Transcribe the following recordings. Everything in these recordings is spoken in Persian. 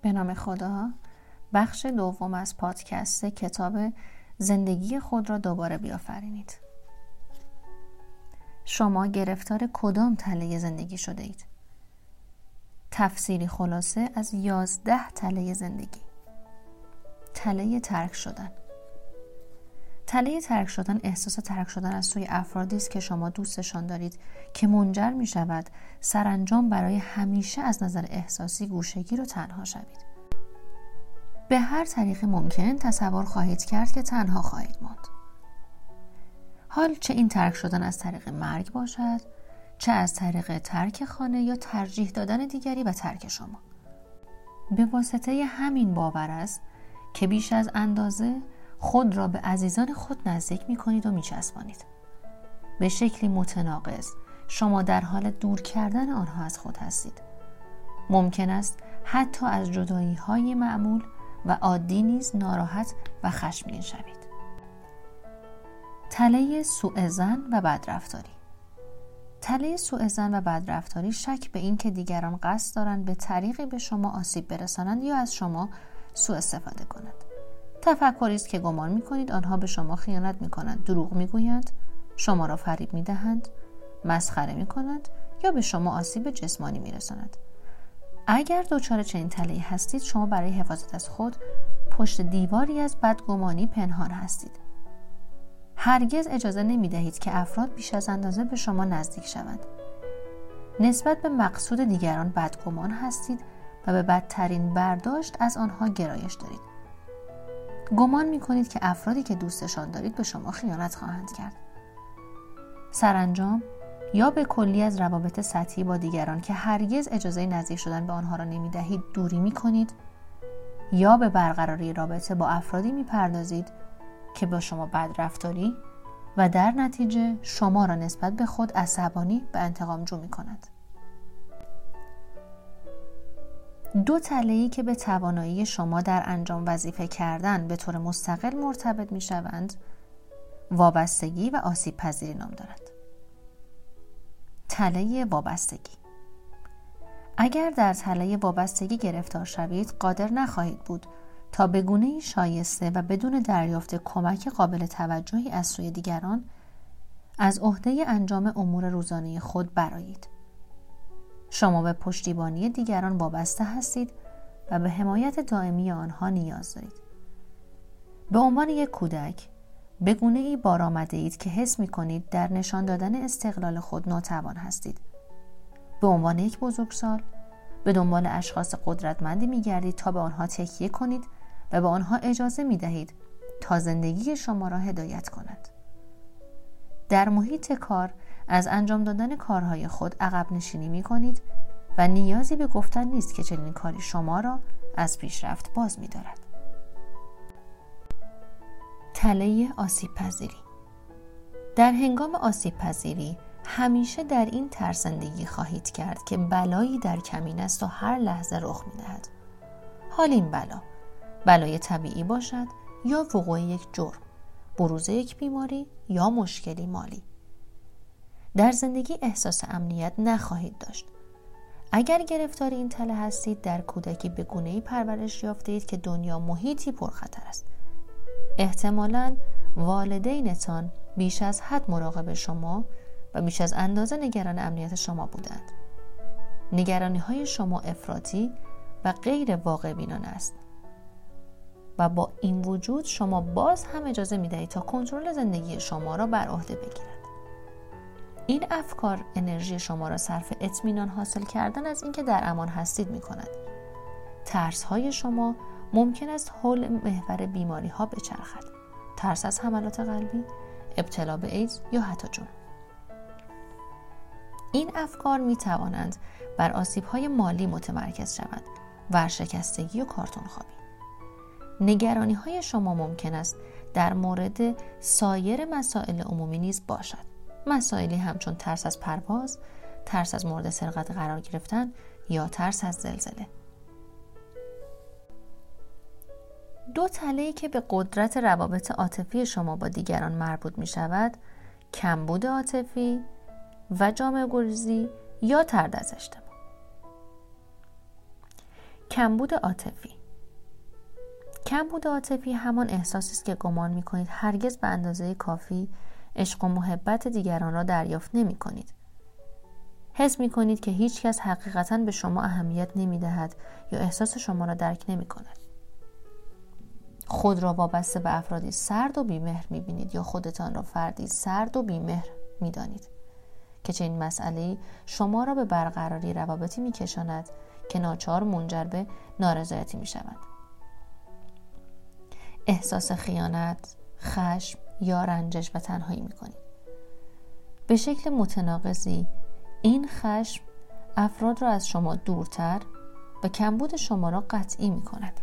به نام خدا. بخش دوم از پادکست کتاب زندگی خود را دوباره بیافرینید. شما گرفتار کدام تله زندگی شده اید؟ تفسیری خلاصه از 11 تله زندگی. تله ترک شدن. تله ترک شدن احساس ترک شدن از سوی افرادی است که شما دوستشان دارید که منجر می شود سرانجام برای همیشه از نظر احساسی گوشه‌گیر و تنها شوید. به هر طریق ممکن تصور خواهید کرد که تنها خواهید ماند. حال چه این ترک شدن از طریق مرگ باشد، چه از طریق ترک خانه یا ترجیح دادن دیگری و ترک شما. به واسطه همین باور است که بیش از اندازه خود را به عزیزان خود نزدیک می کنید و می چسبانید. به شکلی متناقض شما در حال دور کردن آنها از خود هستید. ممکن است حتی از جدایی های معمول و عادی نیز ناراحت و خشمگین شوید. تله سوء ظن و بدرفتاری. تله سوء ظن و بدرفتاری شک به این که دیگران قصد دارند به طریقی به شما آسیب برسانند یا از شما سوء استفاده کنند. تفکری است که گمان می‌کنید آنها به شما خیانت می‌کنند، دروغ می‌گویند، شما را فریب می‌دهند، مسخره می‌کنند یا به شما آسیب جسمانی می‌رسانند. اگر دچار چنین تله‌ای هستید، شما برای حفاظت از خود پشت دیواری از بدگمانی پنهان هستید. هرگز اجازه نمی‌دهید که افراد بیش از اندازه به شما نزدیک شوند. نسبت به مقصود دیگران بدگمان هستید و به بدترین برداشت از آنها گرایش دارید. گمان می‌کنید که افرادی که دوستشان دارید به شما خیانت خواهند کرد. سرانجام یا به کلی از روابط سطحی با دیگران که هرگز اجازه نزدیک شدن به آنها را نمی‌دهید دوری می‌کنید، یا به برقراری رابطه با افرادی می‌پردازید که با شما بدرفتاری و در نتیجه شما را نسبت به خود عصبانی و انتقام‌جو می‌کند. دو تله‌ای که به توانایی شما در انجام وظیفه کردن به طور مستقل مرتبط می‌شوند، وابستگی و آسیب پذیری نام دارد. تله وابستگی. اگر در تله وابستگی گرفتار شوید، قادر نخواهید بود تا به گونه‌ای شایسته و بدون دریافت کمک قابل توجهی از سوی دیگران از عهده انجام امور روزانه خود برآیید. شما به پشتیبانی دیگران وابسته هستید و به حمایت دائمی آنها نیاز دارید. به عنوان یک کودک به گونه‌ای بارآمده اید که حس می‌کنید در نشان دادن استقلال خود ناتوان هستید. به عنوان یک بزرگسال به دنبال اشخاص قدرتمندی می‌گردید تا به آنها تکیه کنید و به آنها اجازه می‌دهید تا زندگی شما را هدایت کنند. در محیط کار از انجام دادن کارهای خود عقب نشینی می‌کنید و نیازی به گفتن نیست که چنین کاری شما را از پیشرفت باز می‌دارد. تله آسیب پذیری. در هنگام آسیب پذیری همیشه در این طرز زندگی خواهید کرد که بلایی در کمین است و هر لحظه رخ می‌دهد. حال این بلای طبیعی باشد یا وقوع یک جرم، بروز یک بیماری یا مشکلی مالی. در زندگی احساس امنیت نخواهید داشت. اگر گرفتار این تله هستید، در کودکی به گونه‌ای پرورش یافته‌اید که دنیا محیطی پرخطر است. احتمالاً والدینتان بیش از حد مراقب شما و بیش از اندازه نگران امنیت شما بودند. نگرانی‌های شما افراطی و غیر واقع بینانه است. و با این وجود شما باز هم اجازه می‌دهید تا کنترل زندگی شما را بر عهده بگیرد. این افکار انرژی شما را صرف اطمینان حاصل کردن از اینکه در امان هستید می‌کند. ترس‌های شما ممکن است حول محور بیماری‌ها بچرخد. ترس از حملات قلبی، ابتلا به ایدز یا حتی جنون. این افکار می‌توانند بر آسیب‌های مالی متمرکز شوند، ورشکستگی و کارتون خوابی. نگرانی‌های شما ممکن است در مورد سایر مسائل عمومی نیز باشد. مسائلی همچون ترس از پرواز، ترس از مورد سرقت قرار گرفتن یا ترس از زلزله. دو تله‌ای که به قدرت روابط عاطفی شما با دیگران مربوط می شود، کمبود عاطفی و جامعه‌گریزی یا طرد از اجتماع. کمبود عاطفی. کمبود عاطفی همان احساسی است که گمان می‌کنید هرگز به اندازه کافی عشق و محبت دیگران را دریافت نمی‌کنید. حس می‌کنید که هیچ کس حقیقتاً به شما اهمیت نمی‌دهد یا احساس شما را درک نمی‌کند. خود را وابسته به افرادی سرد و بی‌مهر می‌بینید یا خودتان را فردی سرد و بی‌مهر می‌دانید که چنین مسئله‌ای شما را به برقراری روابطی می‌کشاند که ناچار منجر به نارضایتی می‌شود. احساس خیانت، خشم یا رنجش و تنهایی می‌کنید. به شکل متناقضی این خشم افراد را از شما دورتر و کمبود شما را قطعی می‌کند.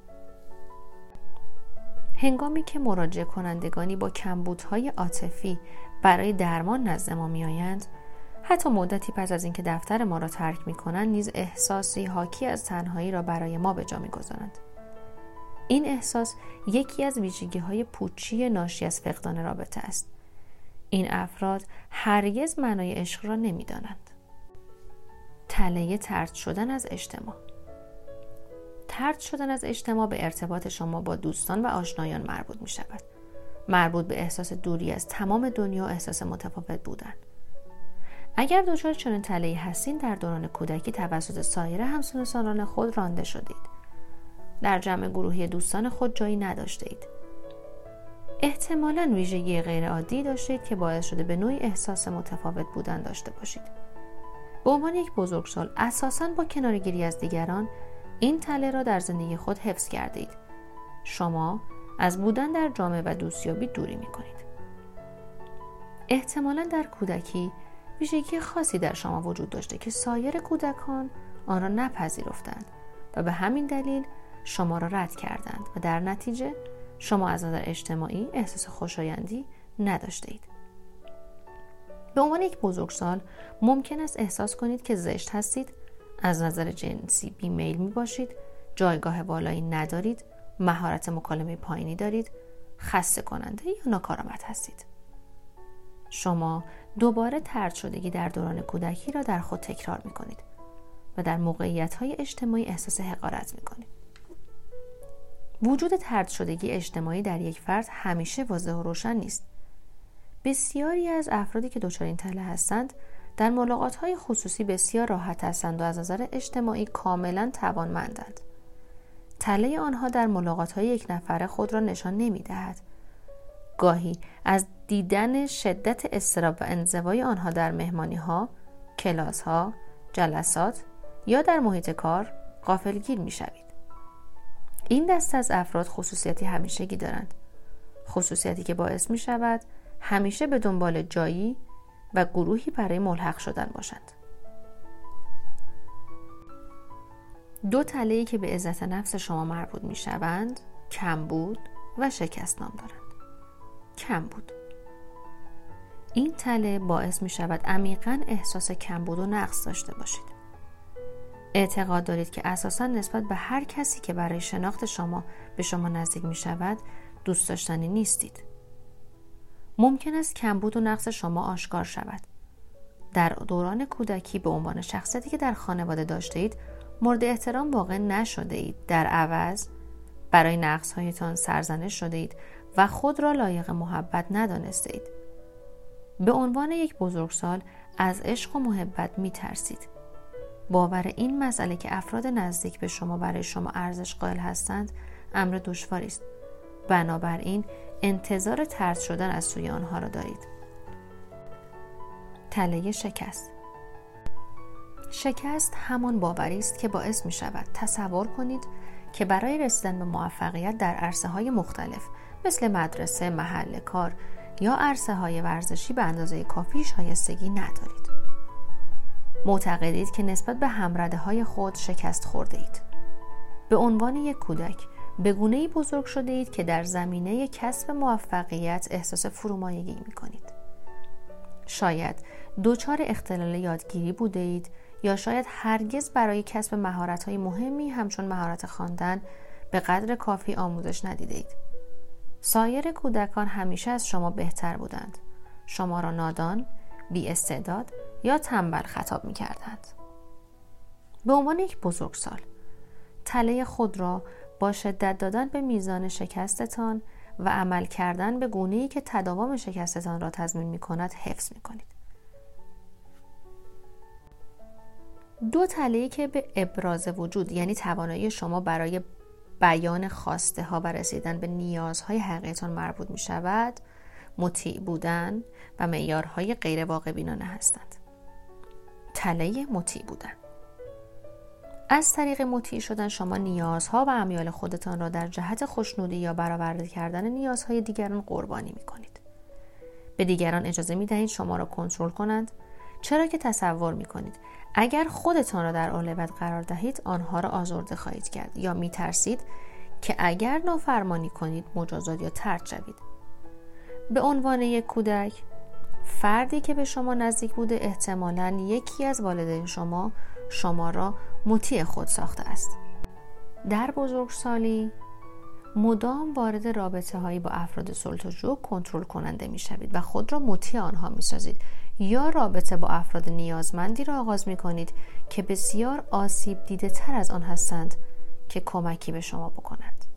هنگامی که مراجعه کنندگانی با کمبودهای عاطفی برای درمان نزد ما می‌آیند، حتی مدتی پس از اینکه دفتر ما را ترک می‌کنند نیز احساسی حاکی از تنهایی را برای ما به جا می‌گذارند. این احساس یکی از ویژگی‌های پوچی ناشی از فقدان رابطه است. این افراد هرگز معنای عشق را نمی‌دانند. تله طرد شدن از اجتماع. طرد شدن از اجتماع به ارتباط شما با دوستان و آشنایان مربوط می شود. مربوط به احساس دوری از تمام دنیا و احساس متفاوت بودن. اگر دچار چنین تله‌ای هستید در دوران کودکی توسط سایر همسن سالان خود رانده شدید. در جمع گروهی دوستان خود جایی نداشته اید. احتمالاً ویژگی غیرعادی داشتید که باعث شده به نوعی احساس متفاوت بودن داشته باشید. به عنوان یک بزرگسال اساساً با کناره‌گیری از دیگران این تله را در زندگی خود حفظ کرده اید. شما از بودن در جامعه و دوستیابی دوری می کنید. احتمالاً در کودکی ویژگی خاصی در شما وجود داشته که سایر کودکان آن را نپذیرفتند و به همین دلیل شما را رد کردند و در نتیجه شما از نظر اجتماعی احساس خوشایندی نداشته اید. به عنوان یک بزرگسال ممکن است احساس کنید که زشت هستید، از نظر جنسی بیمیل می باشید، جایگاه بالایی ندارید، مهارت مکالمه پایینی دارید، خسته کننده یا ناکارآمد هستید. شما دوباره طرد شدگی در دوران کودکی را در خود تکرار می کنید و در موقعیت‌های اجتماعی احساس حقارت می کنید. وجود طرد شدگی اجتماعی در یک فرد همیشه واضح و روشن نیست. بسیاری از افرادی که دچار این تله هستند در ملاقات‌های خصوصی بسیار راحت هستند و از نظر اجتماعی کاملاً توانمندند. تله آنها در ملاقات‌های یک نفره خود را نشان نمی‌دهد. گاهی از دیدن شدت اضطراب و انزوای آنها در مهمانی‌ها، کلاس‌ها، جلسات یا در محیط کار غافلگیر می‌شوید. این دسته از افراد خصوصیتی همیشگی دارند. خصوصیتی که باعث می‌شود همیشه به دنبال جایی و گروهی برای ملحق شدن باشند. دو تله‌ای که به عزت نفس شما مربوط می‌شوند، کمبود و شکست نام دارند. کمبود. این تله باعث می‌شود عمیقاً احساس کمبود و نقص داشته باشید. اعتقاد دارید که اساساً نسبت به هر کسی که برای شناخت شما به شما نزدیک می‌شود، دوست داشتنی نیستید. ممکن است کمبود و نقص شما آشکار شود. در دوران کودکی به عنوان شخصیتی که در خانواده داشته اید مورد احترام واقع نشده اید. در عوض برای نقص‌هایتان سرزنش شده اید و خود را لایق محبت ندانسته اید. به عنوان یک بزرگسال از عشق و محبت می ترسید. باور این مسئله که افراد نزدیک به شما برای شما ارزش قائل هستند امر دشواری است. بنابراین انتظار طرد شدن از سوی آنها را دارید. تله شکست. شکست همان باوری است که باعث می شود تصور کنید که برای رسیدن به موفقیت در عرصه‌های مختلف مثل مدرسه، محل کار یا عرصه‌های ورزشی به اندازه کافی شایستگی ندارید. معتقدید که نسبت به همرده‌های خود شکست خورده اید. به عنوان یک کودک به گونه‌ای بزرگ شده اید که در زمینه کسب موفقیت احساس فرومایگی می‌کنید. شاید دچار اختلال یادگیری بوده اید یا شاید هرگز برای کسب مهارت‌های مهمی همچون مهارت خواندن به قدر کافی آموزش ندیده اید. سایر کودکان همیشه از شما بهتر بودند. شما را نادان، بی استعداد یا تنبل خطاب می‌کردند. به عنوان یک بزرگسال تله خود را با شدت دادن به میزان شکستتان و عمل کردن به گونه‌ای که تداوم شکستتان را تضمین می‌کند حفظ می‌کنید. 2 تله‌ای که به ابراز وجود یعنی توانایی شما برای بیان خواسته ها و رسیدن به نیازهای حقیقیتان مربوط می شود، مطیع بودن و معیارهای غیر واقع بینانه هستند. تله مطیع بودن: از طریق مطیع شدن شما نیازها و امیال خودتان را در جهت خوشنودی یا برآورده کردن نیازهای دیگران قربانی می کنید. به دیگران اجازه می دهید شما را کنترل کنند، چرا که تصور می کنید اگر خودتان را در اولویت قرار دهید آنها را آزرده خواهید کرد، یا می ترسید که اگر نافرمانی کنید مجازات یا طرد شوید. به عنوان یک کودک، فردی که به شما نزدیک بوده احتمالاً یکی از والدین شما را مطیع خود ساخته است. در بزرگسالی مدام وارد رابطه هایی با افراد سلطه‌جو کنترل کننده می شوید و خود را مطیع آنها می سازید، یا رابطه با افراد نیازمندی را آغاز می کنید که بسیار آسیب دیده تر از آن هستند که کمکی به شما بکنند.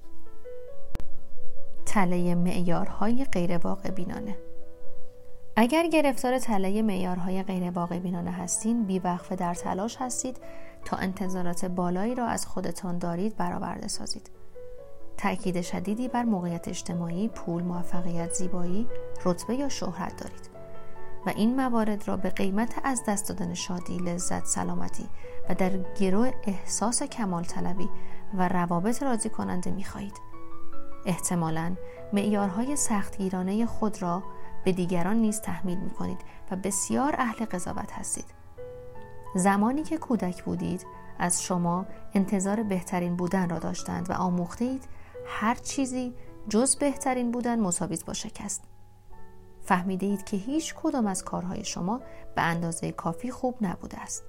تله معیارهای غیر واقع بینانه: اگر گرفتار تله معیارهای غیر واقع بینانه هستین، بی‌وقفه در تلاش هستید تا انتظارات بالایی را از خودتان دارید برآورده سازید. تأکید شدیدی بر موقعیت اجتماعی، پول، موفقیت، زیبایی، رتبه یا شهرت دارید و این موارد را به قیمت از دست دادن شادی، لذت، سلامتی و در گرو احساس کمال طلبی و روابط راضی کننده می خواهید. احتمالاً معیارهای سختگیرانه خود را به دیگران نیز تحمیل می کنید و بسیار اهل قضاوت هستید. زمانی که کودک بودید از شما انتظار بهترین بودن را داشتند و آموخته اید هر چیزی جز بهترین بودن مساوی با شکست. فهمیده اید که هیچ کدام از کارهای شما به اندازه کافی خوب نبوده است.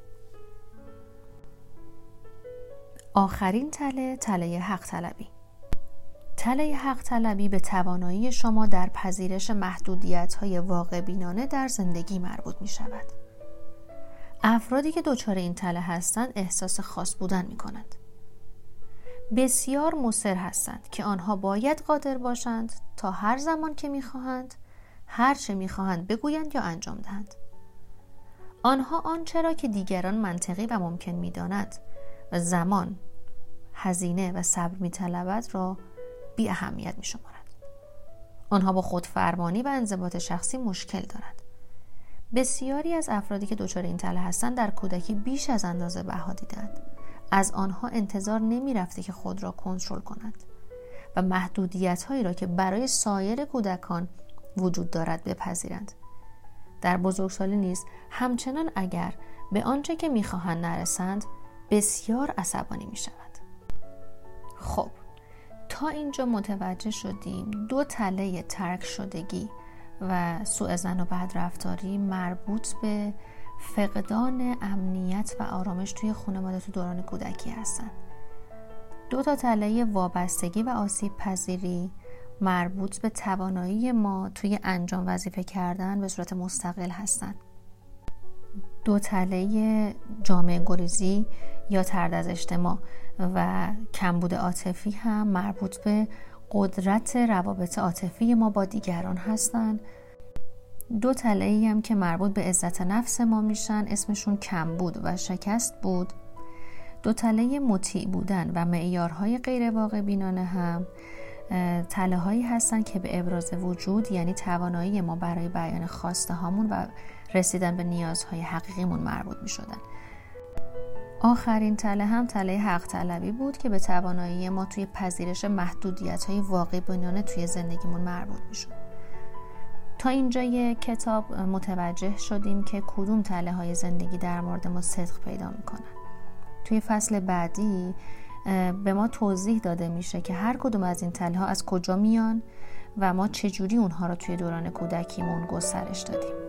آخرین تله حق طلبی. تله حق طلبی به توانایی شما در پذیرش محدودیت‌های واقع بینانه در زندگی مربوط می شود. افرادی که دچار این تله هستند احساس خاص بودن می کنند. بسیار مصر هستند که آنها باید قادر باشند تا هر زمان که می خواهند هر چه می خواهند بگویند یا انجام دهند. آنها آنچه را که دیگران منطقی و ممکن می دانند و زمان، هزینه و صبر می طلبد را بی اهمیت می شمارند. آنها با خودفرمانی و انضباط شخصی مشکل دارند. بسیاری از افرادی که دچار این تله هستند در کودکی بیش از اندازه بها دیدند. از آنها انتظار نمی رفته که خود را کنترل کنند و محدودیت هایی را که برای سایر کودکان وجود دارد بپذیرند. در بزرگسالی نیز همچنان اگر به آنچه که می خواهند نرسند بسیار عصبانی می شود. خب تا اینجا متوجه شدیم 2 تله ترک شدگی و سوء ظن و بدرفتاری مربوط به فقدان امنیت و آرامش توی خانواده تو دوران کودکی هستن. 2 تله وابستگی و آسیب پذیری مربوط به توانایی ما توی انجام وظیفه کردن به صورت مستقل هستن. 2 تله جامعه گریزی یا طرد از اجتماع و کمبود عاطفی هم مربوط به قدرت روابط عاطفی ما با دیگران هستن. 2 تله‌ای هم که مربوط به عزت نفس ما میشن اسمشون کمبود و شکست بود. 2 تله مطیع بودن و معیارهای غیر واقع بینانه هم تله هایی هستن که به ابراز وجود یعنی توانایی ما برای بیان خواسته هامون و رسیدن به نیازهای حقیقیمون مربوط می شدن. آخرین تله هم تله حق طلبی بود که به توانایی ما توی پذیرش محدودیت های واقع بینانه توی زندگیمون مربوط می شد. تا اینجای کتاب متوجه شدیم که کدوم تله های زندگی در مورد ما صدق پیدا می کنن. توی فصل بعدی به ما توضیح داده میشه که هر کدوم از این تله ها از کجا میان و ما چجوری اونها رو توی دوران کودکیمون گسترش دادیم.